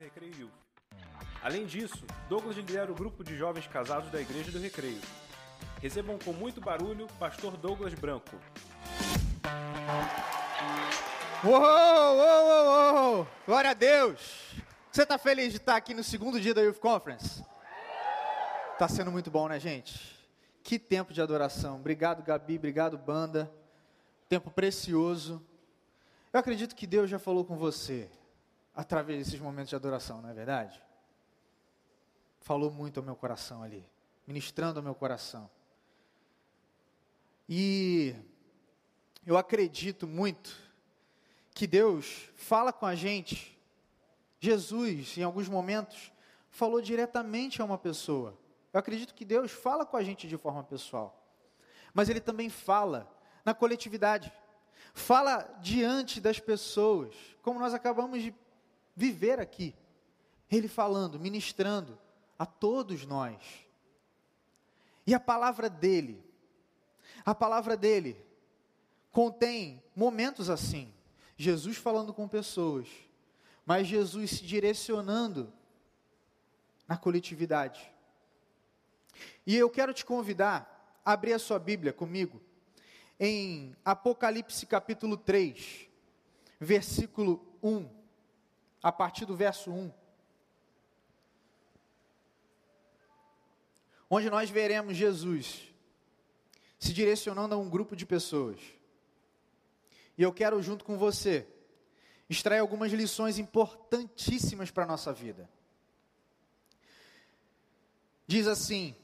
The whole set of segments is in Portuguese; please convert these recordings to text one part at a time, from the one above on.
Recreio Youth. Além disso, Douglas lidera o grupo de jovens casados da Igreja do Recreio. Recebam com muito barulho Pastor Douglas Branco. Uou! Glória a Deus! Você está feliz de estar aqui no segundo dia da Youth Conference? Está sendo muito bom, né, gente? Que tempo de adoração. Obrigado, Gabi. Obrigado, banda. Tempo precioso. Eu acredito que Deus já falou com você através desses momentos de adoração, não é verdade? Falou muito ao meu coração ali, ministrando ao meu coração. E eu acredito muito que Deus fala com a gente. Jesus, em alguns momentos, falou diretamente a uma pessoa. Eu acredito que Deus fala com a gente de forma pessoal, mas Ele também fala na coletividade, fala diante das pessoas, como nós acabamos de viver aqui, Ele falando, ministrando a todos nós. E a palavra dele contém momentos assim, Jesus falando com pessoas, mas Jesus se direcionando na coletividade. E eu quero te convidar a abrir a sua Bíblia comigo em Apocalipse capítulo 3, versículo 1, a partir do verso 1, onde nós veremos Jesus se direcionando a um grupo de pessoas. E eu quero, junto com você, extrair algumas lições importantíssimas para a nossa vida. Diz assim: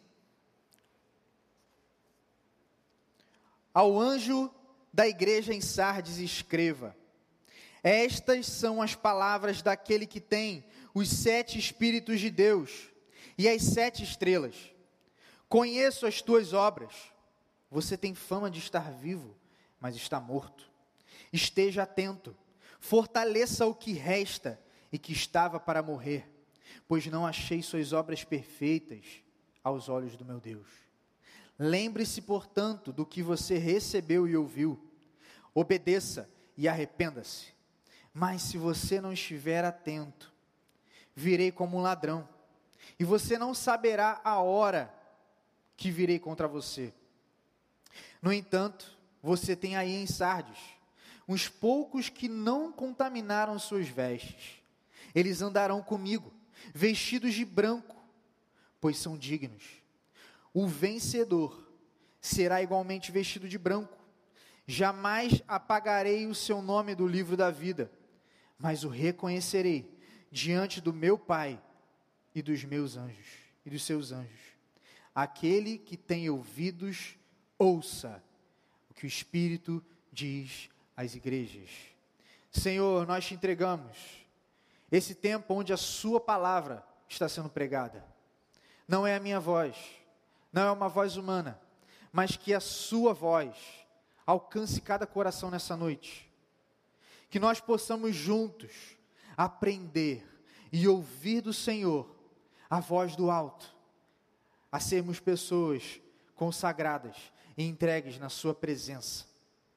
ao anjo da igreja em Sardes escreva: estas são as palavras daquele que tem os 7 Espíritos de Deus e as 7 estrelas. Conheço as tuas obras. Você tem fama de estar vivo, mas está morto. Esteja atento, fortaleça o que resta e que estava para morrer, pois não achei suas obras perfeitas aos olhos do meu Deus. Lembre-se, portanto, do que você recebeu e ouviu. Obedeça e arrependa-se. Mas se você não estiver atento, virei como um ladrão, e você não saberá a hora que virei contra você. No entanto, você tem aí em Sardes uns poucos que não contaminaram suas vestes. Eles andarão comigo, vestidos de branco, pois são dignos. O vencedor será igualmente vestido de branco. Jamais apagarei o seu nome do livro da vida, mas o reconhecerei diante do meu Pai e dos meus anjos, e dos seus anjos. Aquele que tem ouvidos, ouça o que o Espírito diz às igrejas. Senhor, nós te entregamos esse tempo onde a sua palavra está sendo pregada. Não é a minha voz, não é uma voz humana, mas que a sua voz alcance cada coração nessa noite. Que nós possamos juntos aprender e ouvir do Senhor a voz do alto, a sermos pessoas consagradas e entregues na sua presença.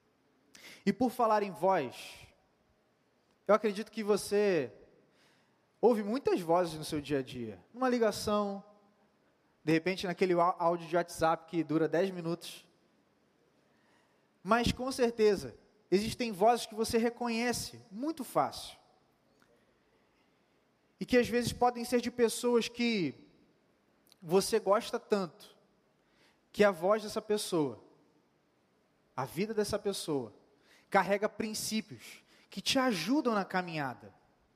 E por falar em voz, eu acredito que você ouve muitas vozes no seu dia a dia, numa ligação, de repente naquele áudio de WhatsApp que dura 10 minutos, mas com certeza, existem vozes que você reconhece muito fácil, e que às vezes podem ser de pessoas que você gosta tanto, que a voz dessa pessoa, a vida dessa pessoa, carrega princípios que te ajudam na caminhada.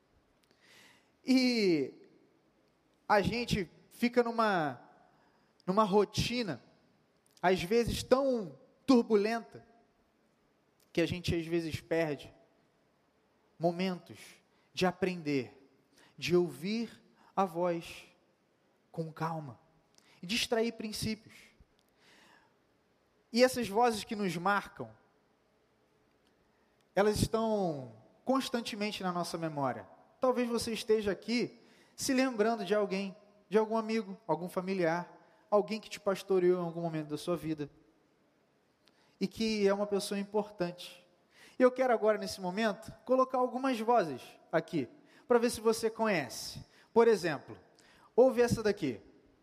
E a gente fica numa rotina, às vezes tão turbulenta, que a gente às vezes perde momentos de aprender, de ouvir a voz com calma e de extrair princípios. E essas vozes que nos marcam, elas estão constantemente na nossa memória. Talvez você esteja aqui se lembrando de alguém, de algum amigo, algum familiar, alguém que te pastoreou em algum momento da sua vida, e que é uma pessoa importante. E eu quero agora, nesse momento, colocar algumas vozes aqui, para ver se você conhece. Por exemplo, ouve essa daqui.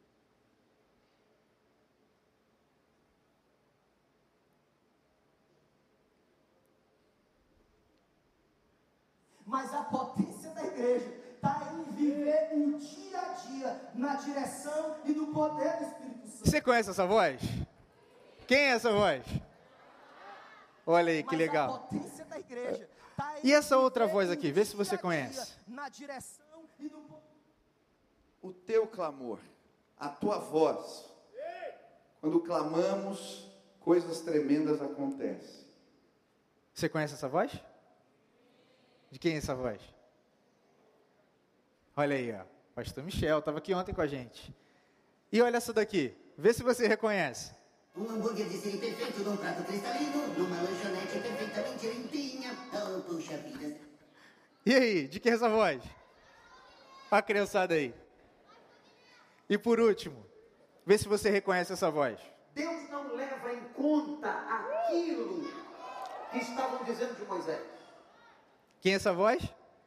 Mas a potência da igreja está em viver o dia a dia na direção e no poder do Espírito Santo. Você conhece essa voz? Quem é essa voz? Olha aí, que legal. A potência da igreja tá E essa outra voz aqui, vê se você conhece. Na direção e no poder. O teu clamor, a tua voz, quando clamamos, coisas tremendas acontecem. Você conhece essa voz? De quem é essa voz? Olha aí, ó. Pastor Michel, estava aqui ontem com a gente. E olha essa daqui, vê se você reconhece. Um hambúrguer de siri perfeito num prato cristalino, numa lanchonete perfeitamente limpinha. Oh, puxa vida. E aí, de quem é essa voz? Olha a criançada aí. E por último, vê se você reconhece essa voz. Deus não leva em conta aquilo que estavam dizendo de Moisés. Quem é essa voz?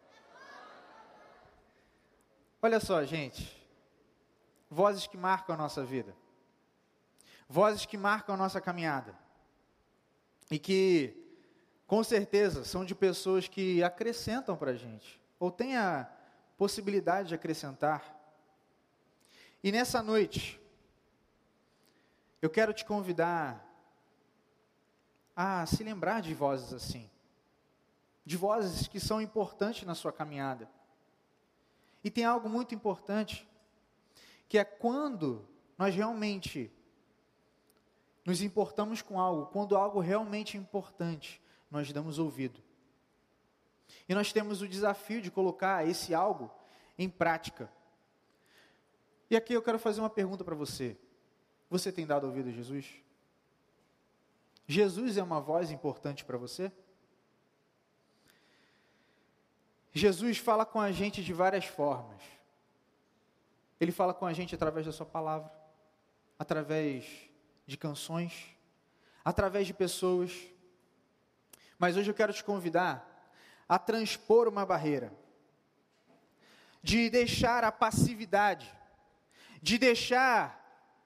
Olha só, gente. Vozes que marcam a nossa vida. Vozes que marcam a nossa caminhada. E que, com certeza, são de pessoas que acrescentam para a gente. Ou têm a possibilidade de acrescentar. E nessa noite, eu quero te convidar a se lembrar de vozes assim. De vozes que são importantes na sua caminhada. E tem algo muito importante, que é quando nós realmente nos importamos com algo, quando algo realmente é importante, nós damos ouvido. E nós temos o desafio de colocar esse algo em prática. E aqui eu quero fazer uma pergunta para você. Você tem dado ouvido a Jesus? Jesus é uma voz importante para você? Jesus fala com a gente de várias formas. Ele fala com a gente através da sua palavra, através de canções, através de pessoas. Mas hoje eu quero te convidar a transpor uma barreira, de deixar a passividade, de deixar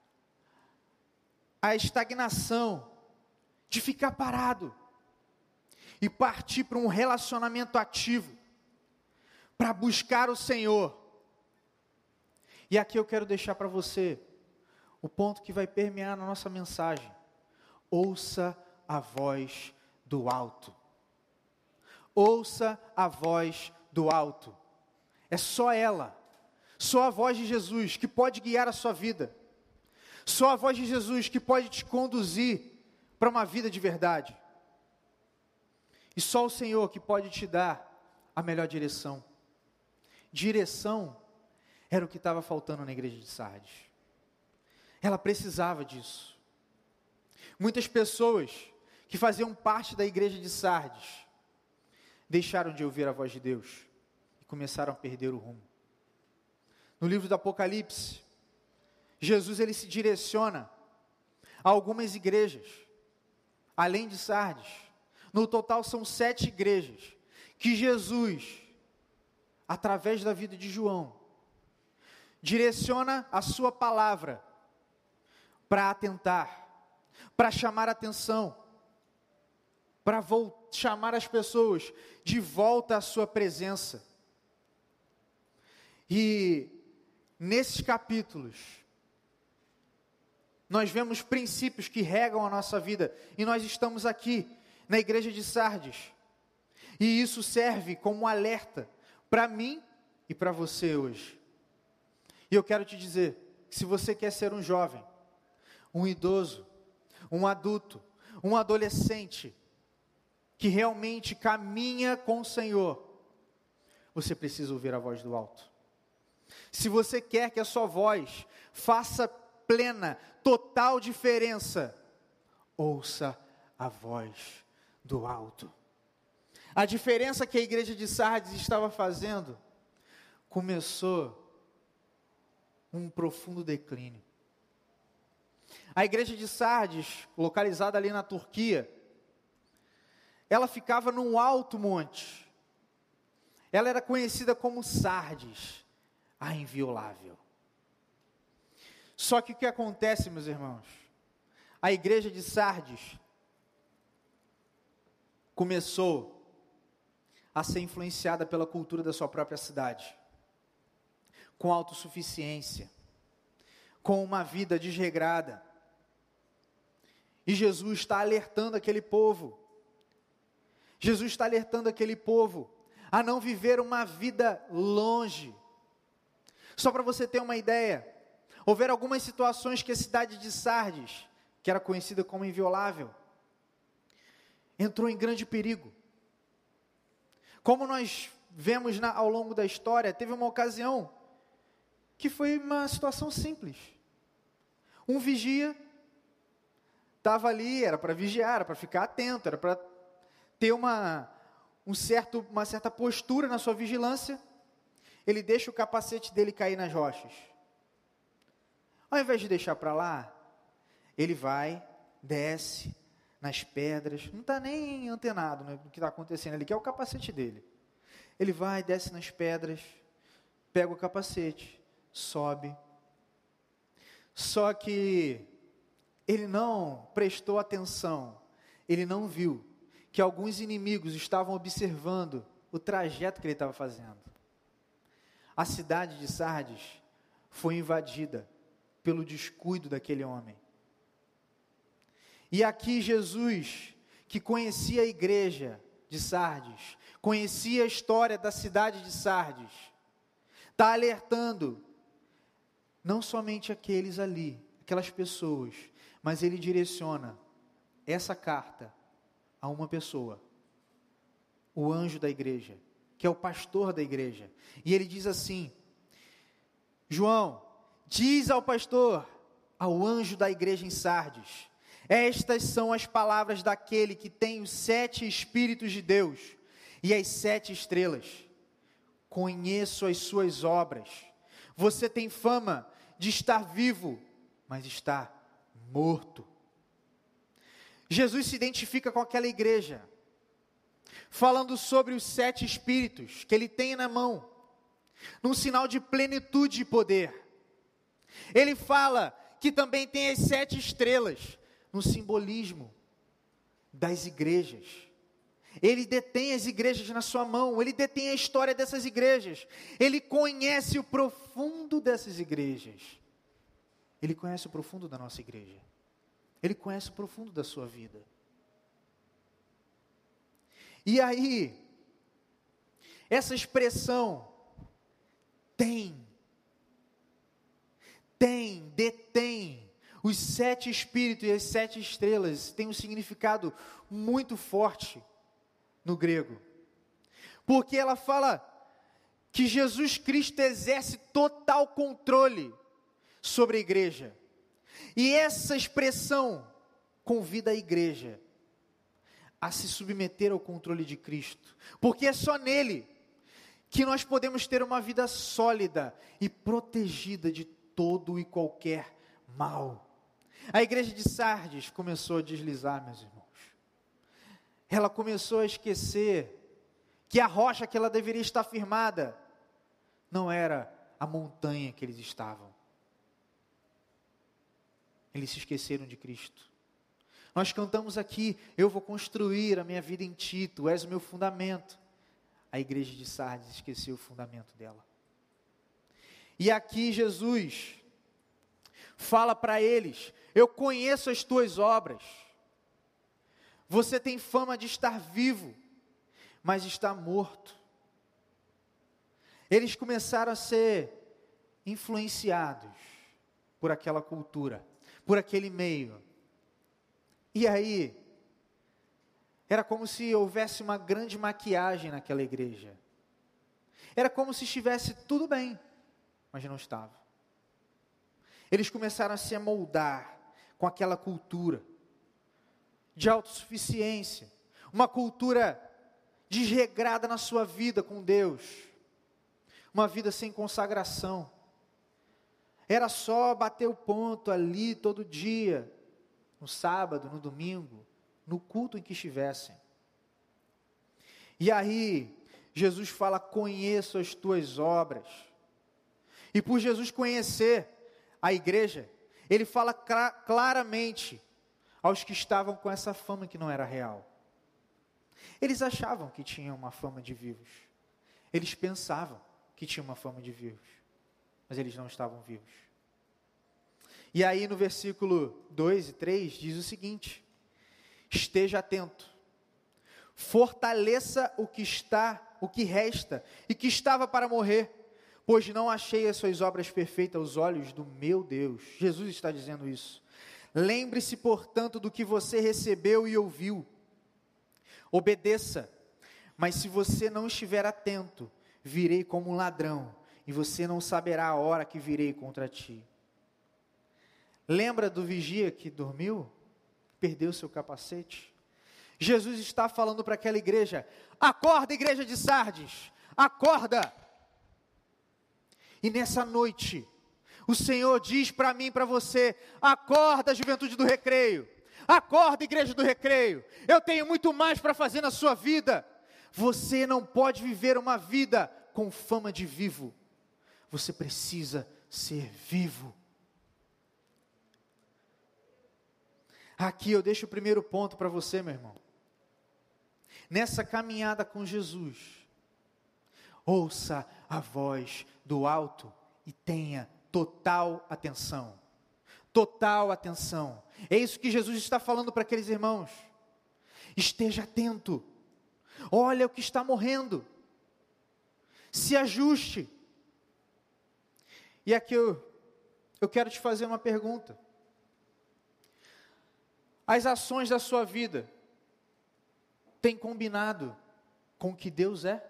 a estagnação, de ficar parado e partir para um relacionamento ativo, para buscar o Senhor. E aqui eu quero deixar para você o ponto que vai permear na nossa mensagem. Ouça a voz do alto. Ouça a voz do alto. É só ela, só a voz de Jesus que pode guiar a sua vida. Só a voz de Jesus que pode te conduzir para uma vida de verdade. E só o Senhor que pode te dar a melhor direção. Direção era o que estava faltando na igreja de Sardes. Ela precisava disso. Muitas pessoas que faziam parte da igreja de Sardes deixaram de ouvir a voz de Deus e começaram a perder o rumo. No livro do Apocalipse, Jesus ele se direciona a algumas igrejas, além de Sardes. No total são 7 igrejas que Jesus, através da vida de João, direciona a sua palavra para atentar, para chamar a atenção, para chamar as pessoas de volta à sua presença. E nesses capítulos, nós vemos princípios que regam a nossa vida, e nós estamos aqui na igreja de Sardes, e isso serve como um alerta para mim e para você hoje. E eu quero te dizer, que se você quer ser um jovem, um idoso, um adulto, um adolescente, que realmente caminha com o Senhor, você precisa ouvir a voz do alto. Se você quer que a sua voz faça plena, total diferença, ouça a voz do alto. A diferença que a igreja de Sardes estava fazendo, começou um profundo declínio. A igreja de Sardes, localizada ali na Turquia, ela ficava num alto monte. Ela era conhecida como Sardes, a inviolável. Só que o que acontece, meus irmãos? A igreja de Sardes começou a ser influenciada pela cultura da sua própria cidade, com autossuficiência, com uma vida desregrada. E Jesus está alertando aquele povo. Jesus está alertando aquele povo a não viver uma vida longe. Só para você ter uma ideia, houveram algumas situações que a cidade de Sardes, que era conhecida como inviolável, entrou em grande perigo. Como nós vemos ao longo da história, teve uma ocasião que foi uma situação simples. Um vigia estava ali, era para vigiar, era para ficar atento, era para ter uma certa postura na sua vigilância. Ele deixa o capacete dele cair nas rochas. Ao invés de deixar para lá, ele vai, desce nas pedras, não está nem antenado no que está acontecendo, ele quer o capacete dele. Ele vai, desce nas pedras, pega o capacete, sobe. Só que ele não prestou atenção, ele não viu que alguns inimigos estavam observando o trajeto que ele estava fazendo. A cidade de Sardes foi invadida pelo descuido daquele homem. E aqui Jesus, que conhecia a igreja de Sardes, conhecia a história da cidade de Sardes, está alertando não somente aqueles ali, aquelas pessoas, mas ele direciona essa carta a uma pessoa, o anjo da igreja, que é o pastor da igreja. E ele diz assim: João, diz ao pastor, ao anjo da igreja em Sardes, estas são as palavras daquele que tem os 7 Espíritos de Deus e as 7 estrelas. Conheço as suas obras. Você tem fama de estar vivo, mas está morto. Jesus se identifica com aquela igreja, falando sobre os 7 Espíritos que ele tem na mão, num sinal de plenitude e poder. Ele fala que também tem as 7 estrelas, no simbolismo das igrejas. Ele detém as igrejas na sua mão, ele detém a história dessas igrejas, ele conhece o profundo dessas igrejas, ele conhece o profundo da nossa igreja, ele conhece o profundo da sua vida. E aí, essa expressão detém os 7 Espíritos e as 7 estrelas, tem um significado muito forte no grego, porque ela fala que Jesus Cristo exerce total controle sobre a igreja, e essa expressão convida a igreja a se submeter ao controle de Cristo, porque é só nele que nós podemos ter uma vida sólida e protegida de todo e qualquer mal. A igreja de Sardes começou a deslizar, meus irmãos. Ela começou a esquecer que a rocha que ela deveria estar firmada não era a montanha que eles estavam. Eles se esqueceram de Cristo. Nós cantamos aqui: eu vou construir a minha vida em ti, tu és o meu fundamento. A igreja de Sardes esqueceu o fundamento dela. E aqui Jesus fala para eles: eu conheço as tuas obras. Você tem fama de estar vivo, mas está morto. Eles começaram a ser influenciados por aquela cultura, por aquele meio. E aí, era como se houvesse uma grande maquiagem naquela igreja. Era como se estivesse tudo bem, mas não estava. Eles começaram a se amoldar com aquela cultura de autossuficiência, uma cultura desregrada na sua vida com Deus, uma vida sem consagração. Era só bater o ponto ali todo dia, no sábado, no domingo, no culto em que estivessem. E aí, Jesus fala: conheço as tuas obras. E por Jesus conhecer a igreja, ele fala claramente aos que estavam com essa fama que não era real. Eles achavam que tinham uma fama de vivos. Eles pensavam que tinham uma fama de vivos. Mas eles não estavam vivos. E aí no versículo 2 e 3 diz o seguinte: esteja atento, fortaleça o que resta e que estava para morrer, pois não achei as suas obras perfeitas aos olhos do meu Deus. Jesus está dizendo isso. Lembre-se, portanto, do que você recebeu e ouviu. Obedeça, mas se você não estiver atento, virei como um ladrão, e você não saberá a hora que virei contra ti. Lembra do vigia que dormiu? Perdeu seu capacete? Jesus está falando para aquela igreja: acorda, igreja de Sardes, acorda! E nessa noite, o Senhor diz para mim e para você: acorda, juventude do Recreio, acorda, igreja do Recreio, eu tenho muito mais para fazer na sua vida. Você não pode viver uma vida com fama de vivo, você precisa ser vivo. Aqui eu deixo o primeiro ponto para você, meu irmão. Nessa caminhada com Jesus, ouça a voz do alto e tenha total atenção. Total atenção. É isso que Jesus está falando para aqueles irmãos. Esteja atento. Olha o que está morrendo. Se ajuste. E aqui eu quero te fazer uma pergunta. As ações da sua vida têm combinado com o que Deus é?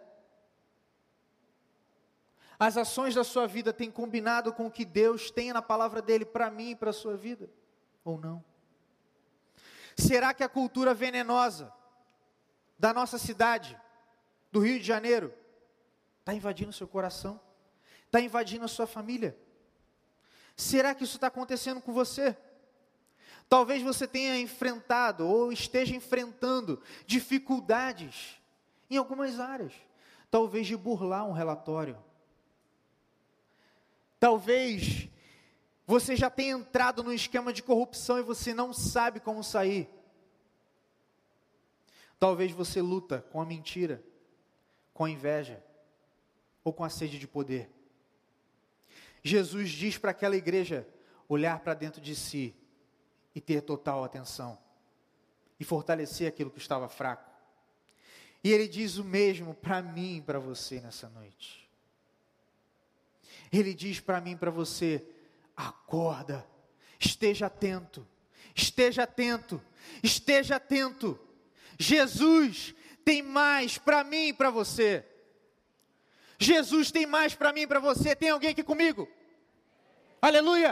As ações da sua vida têm combinado com o que Deus tem na palavra dele para mim e para a sua vida? Ou não? Será que a cultura venenosa da nossa cidade, do Rio de Janeiro, está invadindo o seu coração? Está invadindo a sua família? Será que isso está acontecendo com você? Talvez você tenha enfrentado ou esteja enfrentando dificuldades em algumas áreas. Talvez de burlar um relatório. Talvez você já tenha entrado num esquema de corrupção e você não sabe como sair. Talvez você luta com a mentira, com a inveja ou com a sede de poder. Jesus diz para aquela igreja olhar para dentro de si e ter total atenção, e fortalecer aquilo que estava fraco. E ele diz o mesmo para mim e para você nessa noite. Ele diz para mim e para você: acorda, esteja atento, esteja atento, esteja atento. Jesus tem mais para mim e para você. Jesus tem mais para mim e para você. Tem alguém aqui comigo? Aleluia!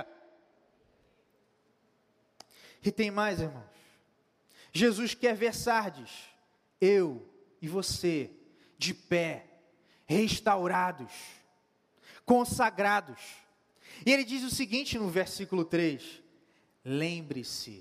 E tem mais, irmãos. Jesus quer ver Sardes, eu e você, de pé, restaurados, consagrados. E ele diz o seguinte no versículo 3: lembre-se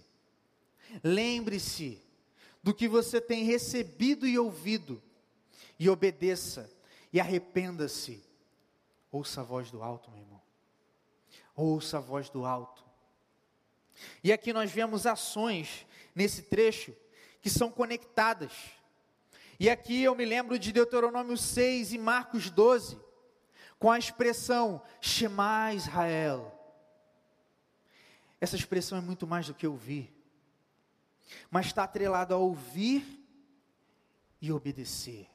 do que você tem recebido e ouvido, e obedeça, e arrependa-se. Ouça a voz do alto, meu irmão. Ouça a voz do alto. E aqui nós vemos ações nesse trecho que são conectadas. E aqui eu me lembro de Deuteronômio 6 e Marcos 12, com a expressão Shema Israel. Essa expressão é muito mais do que ouvir, mas está atrelado a ouvir e obedecer.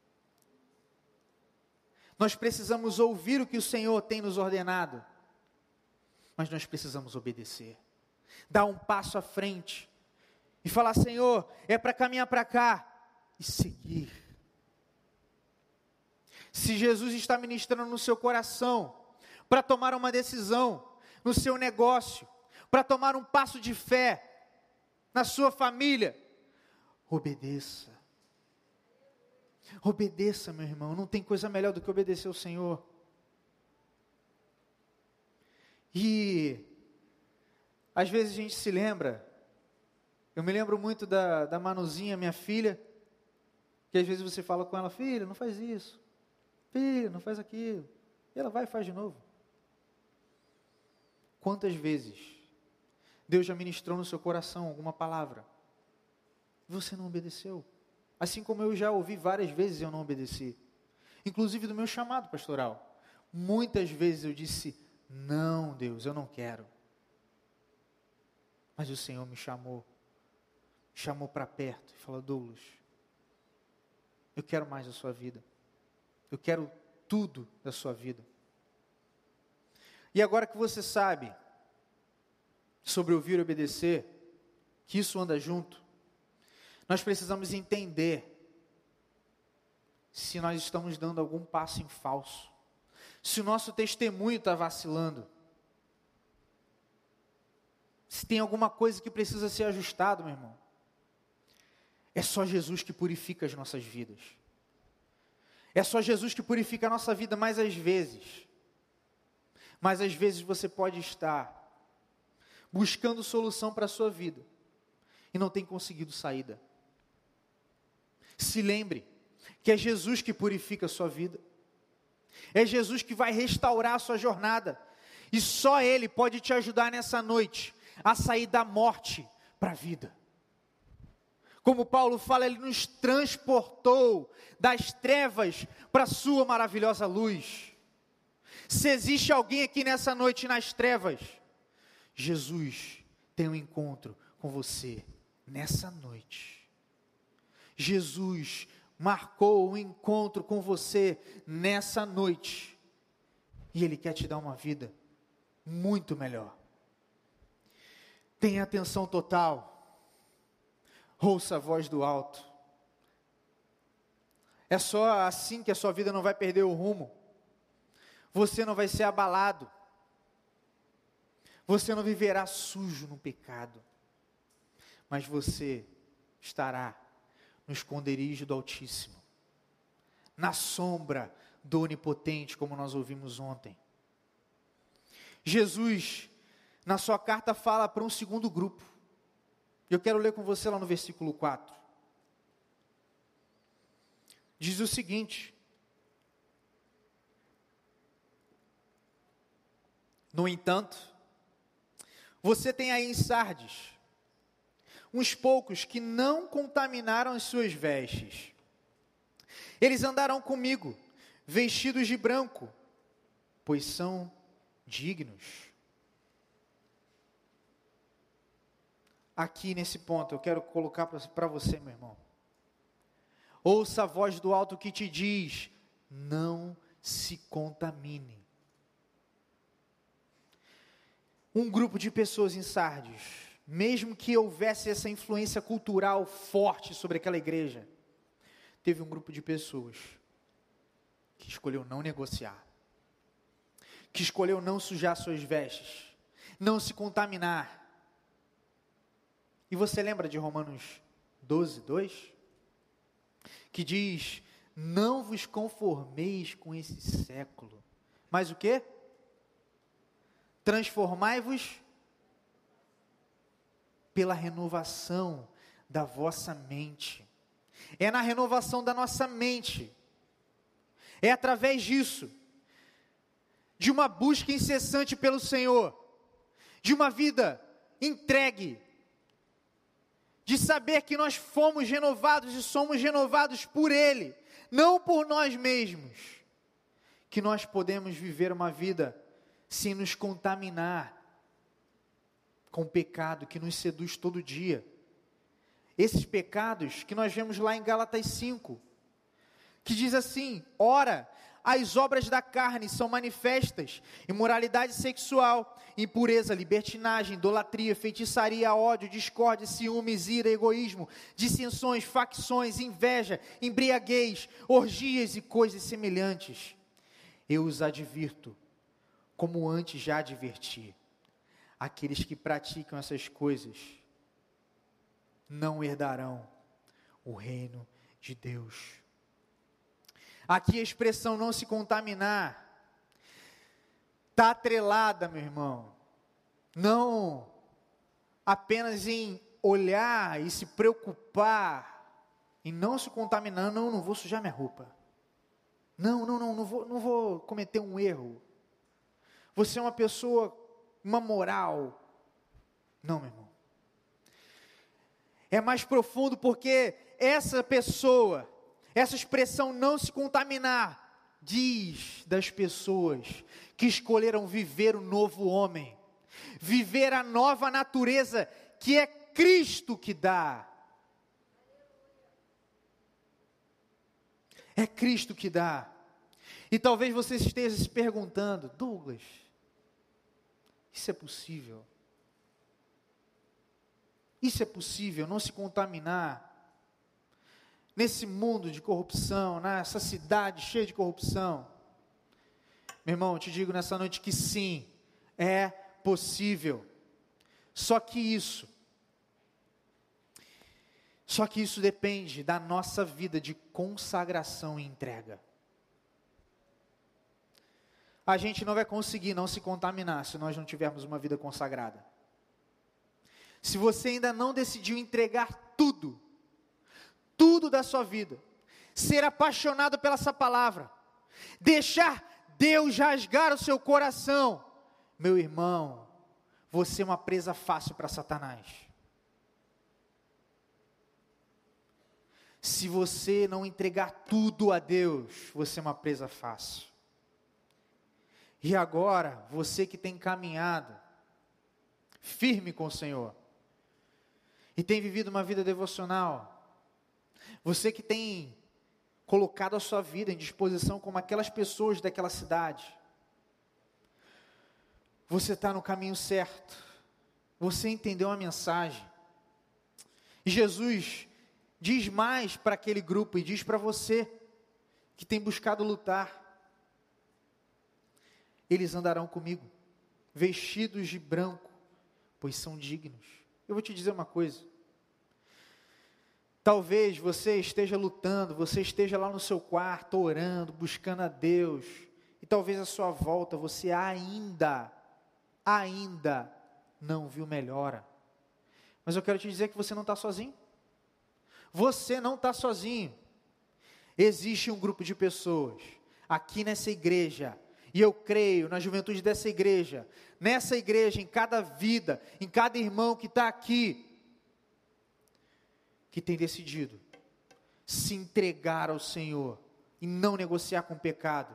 Nós precisamos ouvir o que o Senhor tem nos ordenado, mas nós precisamos obedecer. Dar um passo à frente e falar: Senhor, é para caminhar para cá, e seguir. Se Jesus está ministrando no seu coração para tomar uma decisão no seu negócio, para tomar um passo de fé na sua família, obedeça. Obedeça, meu irmão. Não tem coisa melhor do que obedecer ao Senhor. E às vezes a gente se lembra, eu me lembro muito da Manuzinha, minha filha, Que às vezes você fala com ela, filha, não faz isso. Filha, não faz aquilo. E ela vai e faz de novo. Quantas vezes Deus já ministrou no seu coração alguma palavra e você não obedeceu? Assim como eu já ouvi várias vezes e eu não obedeci. Inclusive do meu chamado pastoral. Muitas vezes eu disse, não, Deus, eu não quero. Mas o Senhor me chamou para perto e falou, Douglas, eu quero mais da sua vida. Eu quero tudo da sua vida. E agora que você sabe sobre ouvir e obedecer, que isso anda junto, nós precisamos entender se nós estamos dando algum passo em falso, se o nosso testemunho está vacilando, se tem alguma coisa que precisa ser ajustado, meu irmão. É só Jesus que purifica as nossas vidas. É só Jesus que purifica a nossa vida, mas às vezes você pode estar buscando solução para a sua vida e não tem conseguido saída. Se lembre que é Jesus que purifica a sua vida. É Jesus que vai restaurar a sua jornada. E só Ele pode te ajudar nessa noite a sair da morte para a vida. Como Paulo fala, Ele nos transportou das trevas para a sua maravilhosa luz. Se existe alguém aqui nessa noite nas trevas, Jesus tem um encontro com você nessa noite. Jesus marcou um encontro com você nessa noite. E Ele quer te dar uma vida muito melhor. Tenha atenção total. Ouça a voz do alto. É só assim que a sua vida não vai perder o rumo. Você não vai ser abalado. Você não viverá sujo no pecado. Mas você estará no esconderijo do Altíssimo, na sombra do Onipotente, como nós ouvimos ontem. Jesus, na sua carta, fala para um segundo grupo. Eu quero ler com você lá no versículo 4. Diz o seguinte: no entanto, você tem aí em Sardes uns poucos que não contaminaram as suas vestes. Eles andarão comigo, vestidos de branco, pois são dignos. Aqui nesse ponto, eu quero colocar para você, meu irmão. Ouça a voz do alto que te diz, não se contamine. Um grupo de pessoas em Sardes, mesmo que houvesse essa influência cultural forte sobre aquela igreja, teve um grupo de pessoas que escolheu não negociar, que escolheu não sujar suas vestes, não se contaminar. E você lembra de Romanos 12, 2? Que diz, não vos conformeis com esse século, mas o quê? Transformai-vos pela renovação da vossa mente. É na renovação da nossa mente. É através disso, de uma busca incessante pelo Senhor, de uma vida entregue, de saber que nós fomos renovados e somos renovados por Ele, não por nós mesmos, que nós podemos viver uma vida sem nos contaminar com o pecado que nos seduz todo dia. Esses pecados que nós vemos lá em Gálatas 5, que diz assim, ora, as obras da carne são manifestas, imoralidade sexual, impureza, libertinagem, idolatria, feitiçaria, ódio, discórdia, ciúmes, ira, egoísmo, dissensões, facções, inveja, embriaguez, orgias e coisas semelhantes. Eu os advirto, como antes já adverti, aqueles que praticam essas coisas não herdarão o reino de Deus. Aqui a expressão não se contaminar está atrelada, meu irmão, não apenas em olhar e se preocupar em não se contaminar. Não vou sujar minha roupa. Não vou cometer um erro. Você é uma pessoa, uma moral. Não, meu irmão. É mais profundo, porque essa pessoa, essa expressão não se contaminar, diz das pessoas que escolheram viver o novo homem, viver a nova natureza que é Cristo que dá. É Cristo que dá. E talvez você esteja se perguntando: Douglas, isso é possível? Isso é possível, não se contaminar nesse mundo de corrupção, nessa cidade cheia de corrupção? Meu irmão, eu te digo nessa noite que sim, é possível. Só que isso depende da nossa vida de consagração e entrega. A gente não vai conseguir não se contaminar se nós não tivermos uma vida consagrada. Se você ainda não decidiu entregar tudo da sua vida, ser apaixonado pela essa palavra, deixar Deus rasgar o seu coração, meu irmão, você é uma presa fácil para Satanás. Se você não entregar tudo a Deus, você é uma presa fácil. E agora, você que tem caminhado firme com o Senhor, e tem vivido uma vida devocional, você que tem colocado a sua vida em disposição como aquelas pessoas daquela cidade, você está no caminho certo, você entendeu a mensagem, e Jesus diz mais para aquele grupo, e diz para você, que tem buscado lutar: eles andarão comigo, vestidos de branco, pois são dignos. Eu vou te dizer uma coisa, talvez você esteja lutando, você esteja lá no seu quarto, orando, buscando a Deus, e talvez à sua volta você ainda não viu melhora, mas eu quero te dizer que você não está sozinho, você não está sozinho, existe um grupo de pessoas, aqui nessa igreja, e eu creio na juventude dessa igreja, nessa igreja, em cada vida, em cada irmão que está aqui, que tem decidido se entregar ao Senhor e não negociar com o pecado.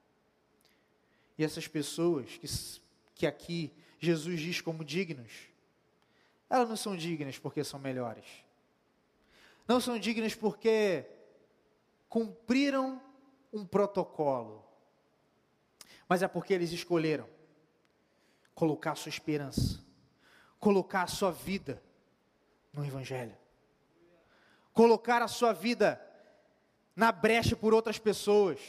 E essas pessoas que aqui Jesus diz como dignos, elas não são dignas porque são melhores, não são dignas porque cumpriram um protocolo, mas é porque eles escolheram colocar a sua esperança, colocar a sua vida no Evangelho, colocar a sua vida na brecha por outras pessoas,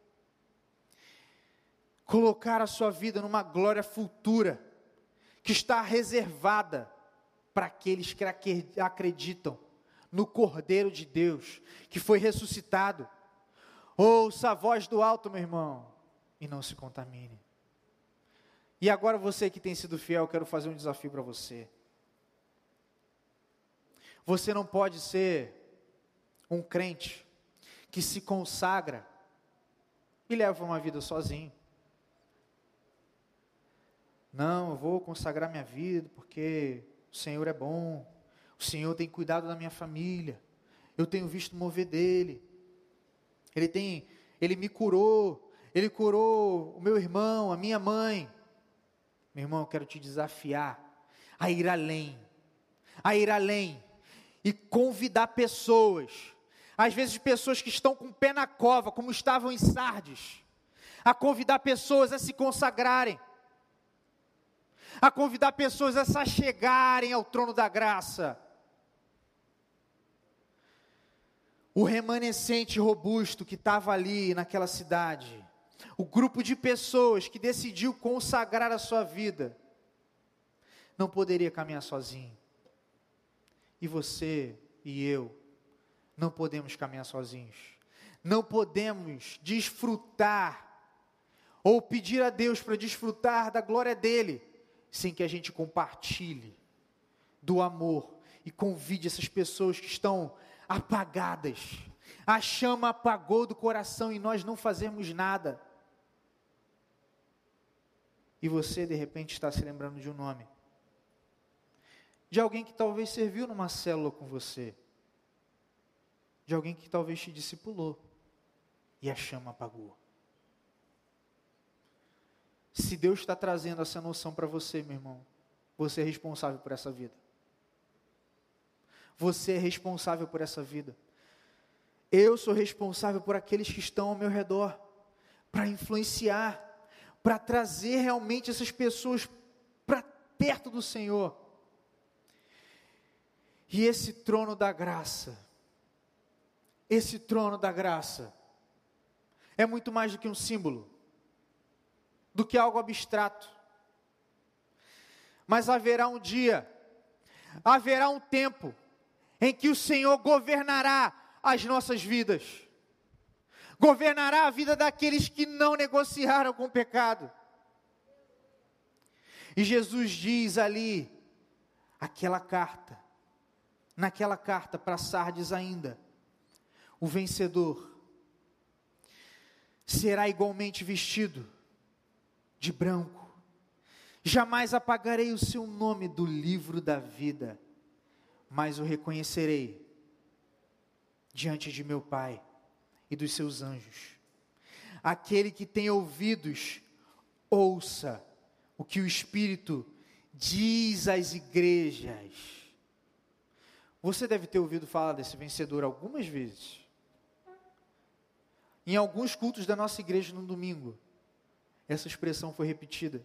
colocar a sua vida numa glória futura, que está reservada para aqueles que acreditam no Cordeiro de Deus, que foi ressuscitado. Ouça a voz do alto, meu irmão, e não se contamine. E agora você que tem sido fiel, eu quero fazer um desafio para você. Você não pode ser um crente que se consagra e leva uma vida sozinho. Não, eu vou consagrar minha vida porque o Senhor é bom, o Senhor tem cuidado da minha família, eu tenho visto o mover dele, Ele me curou, Ele curou o meu irmão, a minha mãe. Meu irmão, eu quero te desafiar a ir além e convidar pessoas, às vezes pessoas que estão com o pé na cova, como estavam em Sardes, a convidar pessoas a se consagrarem, a convidar pessoas a se achegarem ao trono da graça. O remanescente robusto que estava ali naquela cidade, o grupo de pessoas que decidiu consagrar a sua vida, não poderia caminhar sozinho. E você e eu não podemos caminhar sozinhos. Não podemos desfrutar ou pedir a Deus para desfrutar da glória dele sem que a gente compartilhe do amor e convide essas pessoas que estão apagadas. A chama apagou do coração e nós não fazemos nada. E você, de repente, está se lembrando de um nome. De alguém que talvez serviu numa célula com você. De alguém que talvez te discipulou. E a chama apagou. Se Deus está trazendo essa noção para você, meu irmão, você é responsável por essa vida. Você é responsável por essa vida. Eu sou responsável por aqueles que estão ao meu redor, para influenciar, para trazer realmente essas pessoas para perto do Senhor. E esse trono da graça, é muito mais do que um símbolo, do que algo abstrato. Mas haverá um dia, haverá um tempo, em que o Senhor governará as nossas vidas. Governará a vida daqueles que não negociaram com o pecado. E Jesus diz ali, naquela carta para Sardes ainda, o vencedor será igualmente vestido de branco. Jamais apagarei o seu nome do livro da vida, mas o reconhecerei diante de meu Pai e dos seus anjos. Aquele que tem ouvidos, ouça o que o Espírito diz às igrejas. Você deve ter ouvido falar desse vencedor algumas vezes. Em alguns cultos da nossa igreja no domingo, essa expressão foi repetida.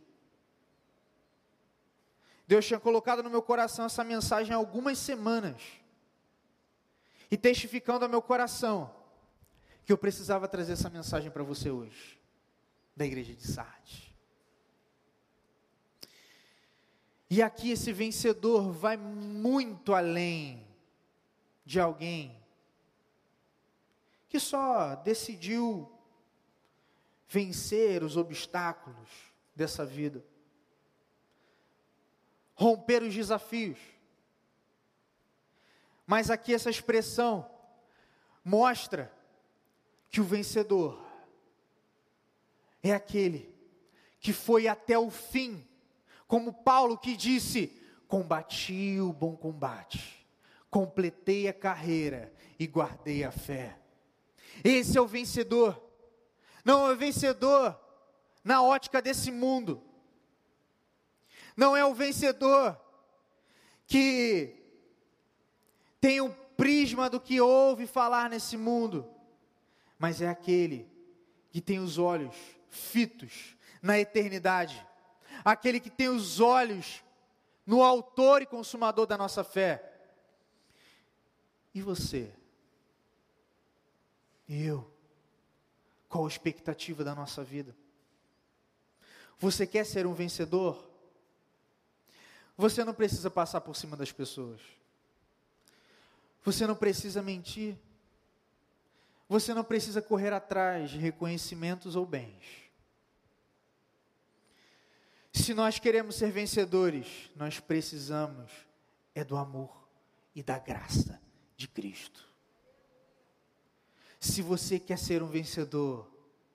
Deus tinha colocado no meu coração essa mensagem há algumas semanas, e testificando ao meu coração, que eu precisava trazer essa mensagem para você hoje, da igreja de Sardes. E aqui esse vencedor vai muito além de alguém que só decidiu vencer os obstáculos dessa vida, romper os desafios. Mas aqui essa expressão mostra que o vencedor é aquele que foi até o fim, como Paulo que disse: combati o bom combate, completei a carreira e guardei a fé. Esse é o vencedor. Não é o vencedor na ótica desse mundo. Não é o vencedor que tem um prisma do que ouve falar nesse mundo, mas é aquele que tem os olhos fitos na eternidade, aquele que tem os olhos no autor e consumador da nossa fé. E você? E eu? Qual a expectativa da nossa vida? Você quer ser um vencedor? Você não precisa passar por cima das pessoas. Você não precisa mentir. Você não precisa correr atrás de reconhecimentos ou bens. Se nós queremos ser vencedores, nós precisamos do amor e da graça de Cristo. Se você quer ser um vencedor,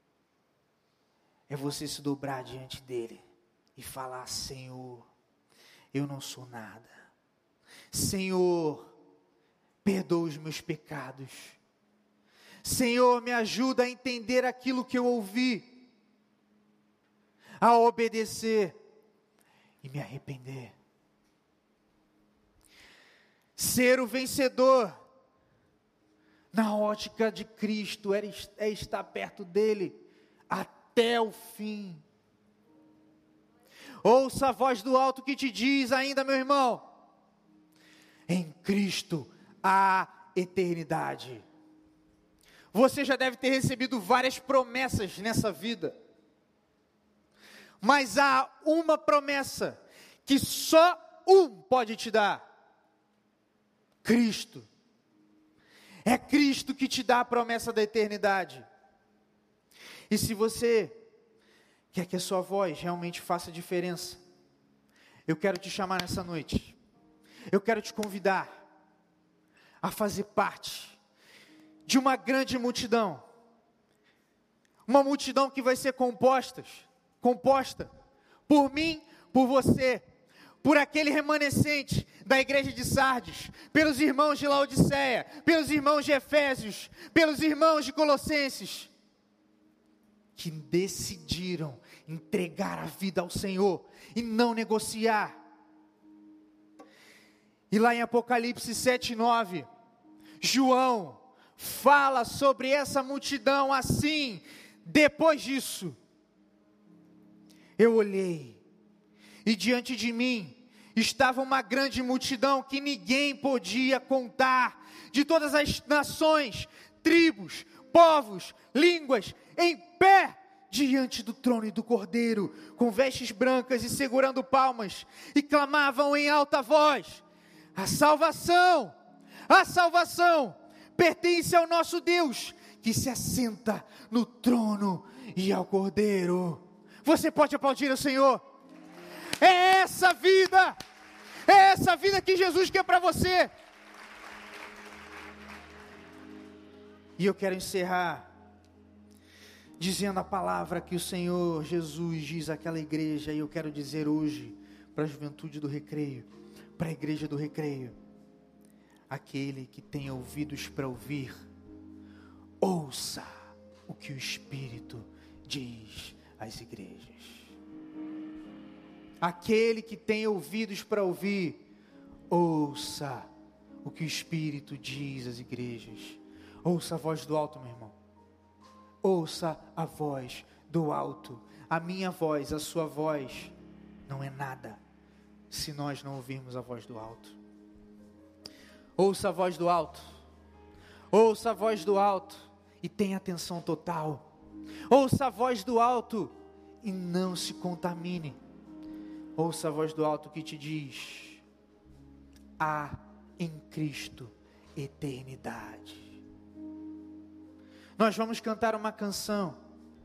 é você se dobrar diante dele e falar: Senhor, eu não sou nada. Senhor, perdoa os meus pecados. Senhor, me ajuda a entender aquilo que eu ouvi, a obedecer e me arrepender. Ser o vencedor, na ótica de Cristo, é estar perto dele até o fim. Ouça a voz do alto que te diz ainda, meu irmão: em Cristo há eternidade. Você já deve ter recebido várias promessas nessa vida, mas há uma promessa que só um pode te dar: Cristo. É Cristo que te dá a promessa da eternidade. E se você quer que a sua voz realmente faça diferença, eu quero te chamar nessa noite. Eu quero te convidar a fazer parte de uma grande multidão. Uma multidão que vai ser composta por mim, por você, por aquele remanescente da igreja de Sardes, pelos irmãos de Laodiceia, pelos irmãos de Efésios, pelos irmãos de Colossenses, que decidiram entregar a vida ao Senhor e não negociar. E lá em Apocalipse 7:9, João fala sobre essa multidão assim: depois disso, eu olhei, e diante de mim estava uma grande multidão que ninguém podia contar, de todas as nações, tribos, povos, línguas, em pé diante do trono e do Cordeiro, com vestes brancas e segurando palmas, e clamavam em alta voz: a salvação pertence ao nosso Deus, que se assenta no trono e ao Cordeiro. Você pode aplaudir o Senhor? É essa vida que Jesus quer para você. E eu quero encerrar dizendo a palavra que o Senhor Jesus diz àquela igreja, e eu quero dizer hoje para a juventude do Recreio, para a igreja do Recreio: aquele que tem ouvidos para ouvir, ouça o que o Espírito diz às igrejas. Aquele que tem ouvidos para ouvir, ouça o que o Espírito diz às igrejas. Ouça a voz do alto, meu irmão. Ouça a voz do alto. A minha voz, a sua voz, não é nada se nós não ouvirmos a voz do alto. Ouça a voz do alto. Ouça a voz do alto e tenha atenção total. Ouça a voz do alto e não se contamine. Ouça a voz do alto que te diz: há em Cristo eternidade. Nós vamos cantar uma canção,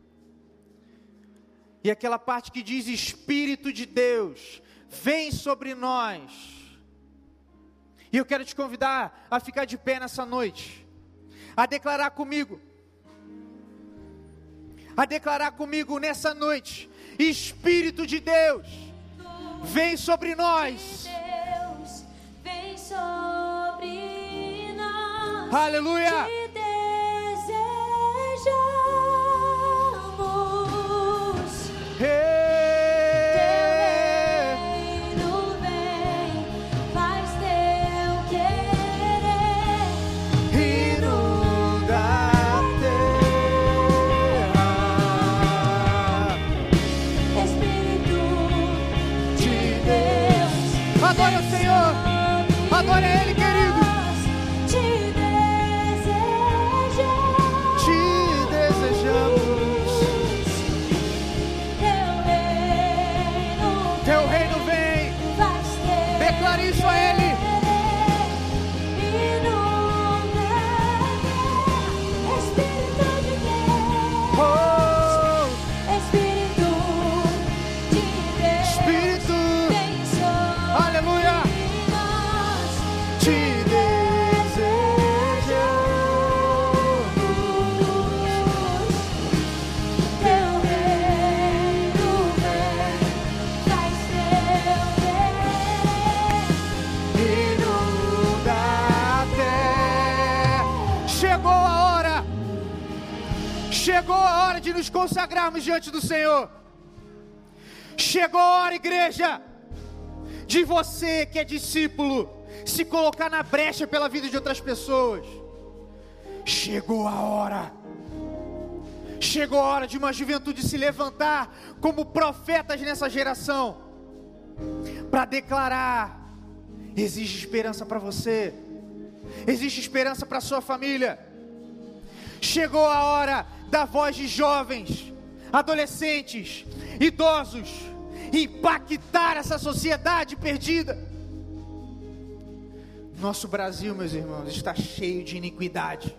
e aquela parte que diz: Espírito de Deus, vem sobre nós. E eu quero te convidar a ficar de pé nessa noite, a declarar comigo nessa noite: Espírito de Deus, vem sobre nós. Deus, vem sobre nós. Aleluia. Te desejamos. Teu reino vem, faz teu querer. Inunda a terra. Espírito de Deus, Adore o Senhor. Adore a Ele, querido. te desejamos. Te desejamos. Teu reino vem. Declare isso a Ele. Oh, Espírito. Aleluia. Te inunda a terra. Chegou a hora de nos consagrarmos diante do Senhor. Chegou a hora, igreja, de você que é discípulo se colocar na brecha pela vida de outras pessoas. Chegou a hora de uma juventude se levantar como profetas nessa geração, para declarar: existe esperança para você, existe esperança para sua família. Chegou a hora da voz de jovens, adolescentes, idosos impactar essa sociedade perdida. Nosso Brasil, meus irmãos, está cheio de iniquidade.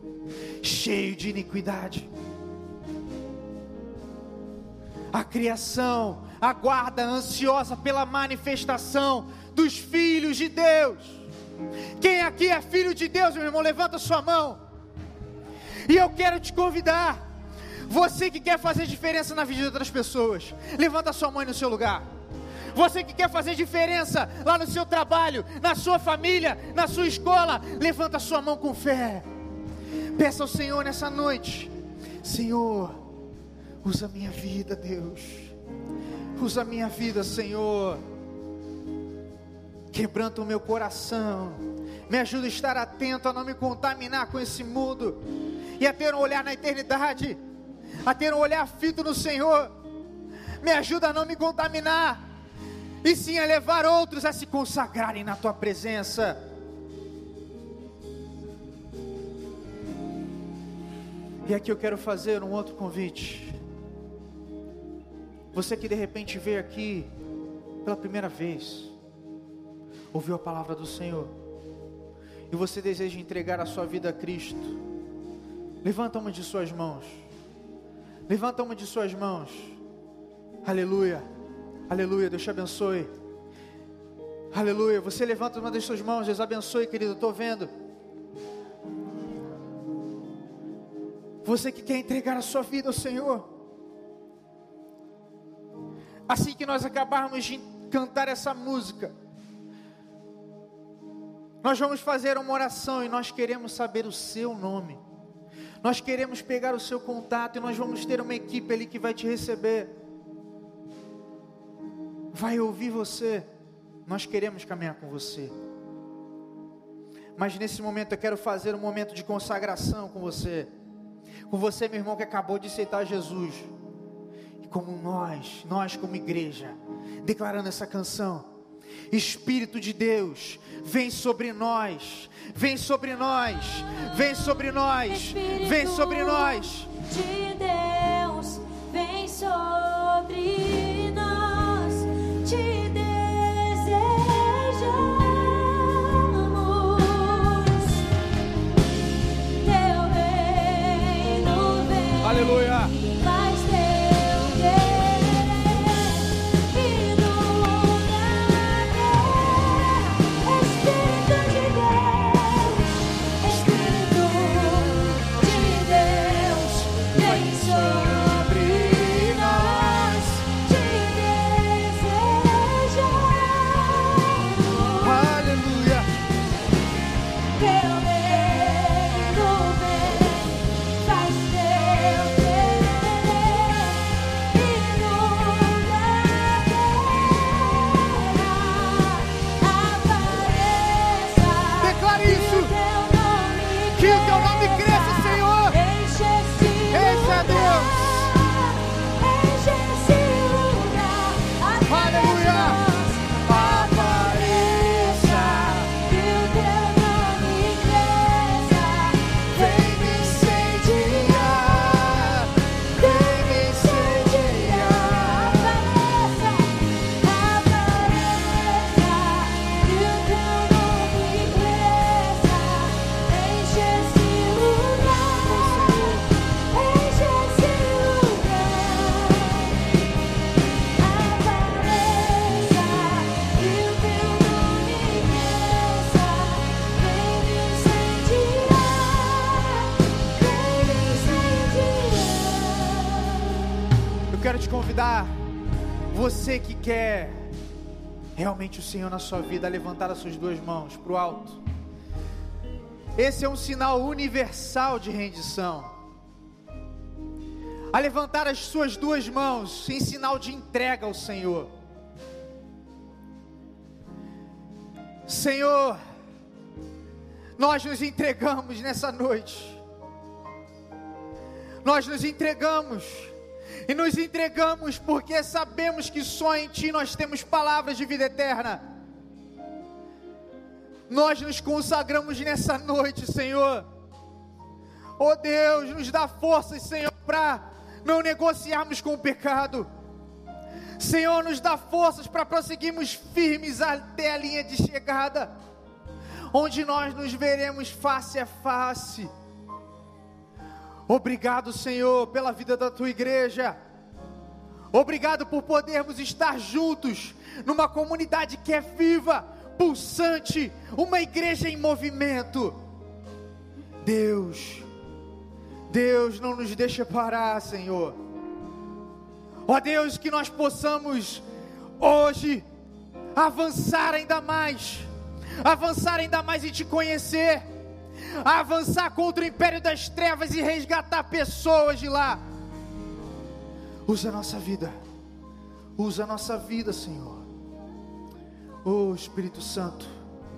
A criação aguarda ansiosa pela manifestação dos filhos de Deus. Quem aqui é filho de Deus, meu irmão? Levanta sua mão. E eu quero te convidar, você que quer fazer diferença na vida de outras pessoas, levanta sua mão aí no seu lugar. Você que quer fazer diferença lá no seu trabalho, na sua família, na sua escola, levanta sua mão com fé. Peça ao Senhor nessa noite: Senhor, usa a minha vida, Deus. Usa a minha vida, Senhor. Quebranta o meu coração. Me ajuda a estar atento, a não me contaminar com esse mundo, e a ter um olhar na eternidade, a ter um olhar fito no Senhor. Me ajuda a não me contaminar, e sim a levar outros a se consagrarem na Tua presença. E aqui eu quero fazer um outro convite. Você que de repente veio aqui pela primeira vez, ouviu a palavra do Senhor, e você deseja entregar a sua vida a Cristo, levanta uma de suas mãos. Levanta uma de suas mãos. Aleluia, aleluia, Deus te abençoe. Aleluia, você levanta uma das suas mãos. Deus abençoe, querido, estou vendo. Você que quer entregar a sua vida ao Senhor. Assim que nós acabarmos de cantar essa música, nós vamos fazer uma oração, e nós queremos saber o seu nome. Nós queremos pegar o seu contato, e nós vamos ter uma equipe ali que vai te receber, vai ouvir você. Nós queremos caminhar com você. Mas nesse momento eu quero fazer um momento de consagração com você. Com você, meu irmão, que acabou de aceitar Jesus. E como nós como igreja, declarando essa canção: Espírito de Deus, vem sobre nós, vem sobre nós, vem sobre nós, vem sobre nós. De Deus, vem sobre nós, te desejamos. Teu reino vem. Aleluia. Faz teu querer e no lugar Espírito de Deus, vem sobre nós, te desejamos. Aleluia. Teu reino vem, faz teu querer e no lugar apareça. Declare isso. Que Que o teu nome cresça, Senhor. Enche esse Eis a Deus. Enche esse lugar. Aleluia. Apareça. Que o teu nome cresça. Vem me incendiar, vem me incendiar. Apareça. Que o teu nome cresça. Enche esse lugar. Enche esse lugar. Apareça. Que o teu nome cresça. Vem me incendiar. Eu quero te convidar, você que quer realmente o Senhor na sua vida, a levantar as suas duas mãos para o alto. Esse é um sinal universal de rendição. A levantar as suas duas mãos em sinal de entrega ao Senhor. Senhor, nós nos entregamos nessa noite. Nós nos entregamos. E nos entregamos porque sabemos que só em Ti nós temos palavras de vida eterna. Nós nos consagramos nessa noite, Senhor. Oh Deus, nos dá forças, Senhor, para não negociarmos com o pecado. Senhor, nos dá forças para prosseguirmos firmes até a linha de chegada, onde nós nos veremos face a face. Obrigado, Senhor, pela vida da Tua igreja. Obrigado por podermos estar juntos numa comunidade que é viva, pulsante, uma igreja em movimento. Deus, não nos deixa parar, Senhor. Ó Deus, que nós possamos hoje avançar ainda mais em Te conhecer, avançar contra o império das trevas e resgatar pessoas de lá. Usa a nossa vida, Senhor. Oh Espírito Santo,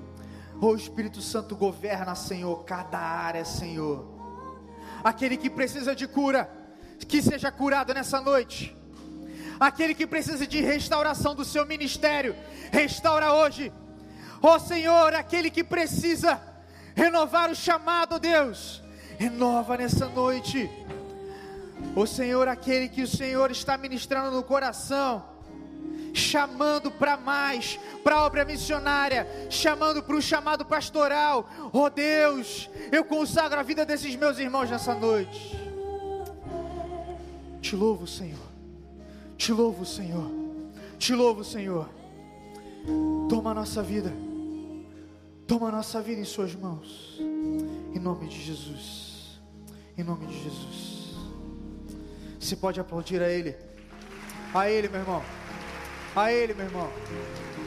governa, Senhor, cada área, Senhor. Aquele que precisa de cura, que seja curado nessa noite. Aquele que precisa de restauração do seu ministério, restaura hoje. Ó Senhor, aquele que precisa renovar o chamado, Deus, renova nessa noite. Ó Senhor, aquele que o Senhor está ministrando no coração, chamando para mais, para a obra missionária, chamando para o chamado pastoral. Ó Deus, eu consagro a vida desses meus irmãos nessa noite. Te louvo, Senhor. Te louvo, Senhor. Te louvo, Senhor. Toma a nossa vida em suas mãos, em nome de Jesus, em nome de Jesus. Você pode aplaudir a Ele, meu irmão, a Ele, meu irmão.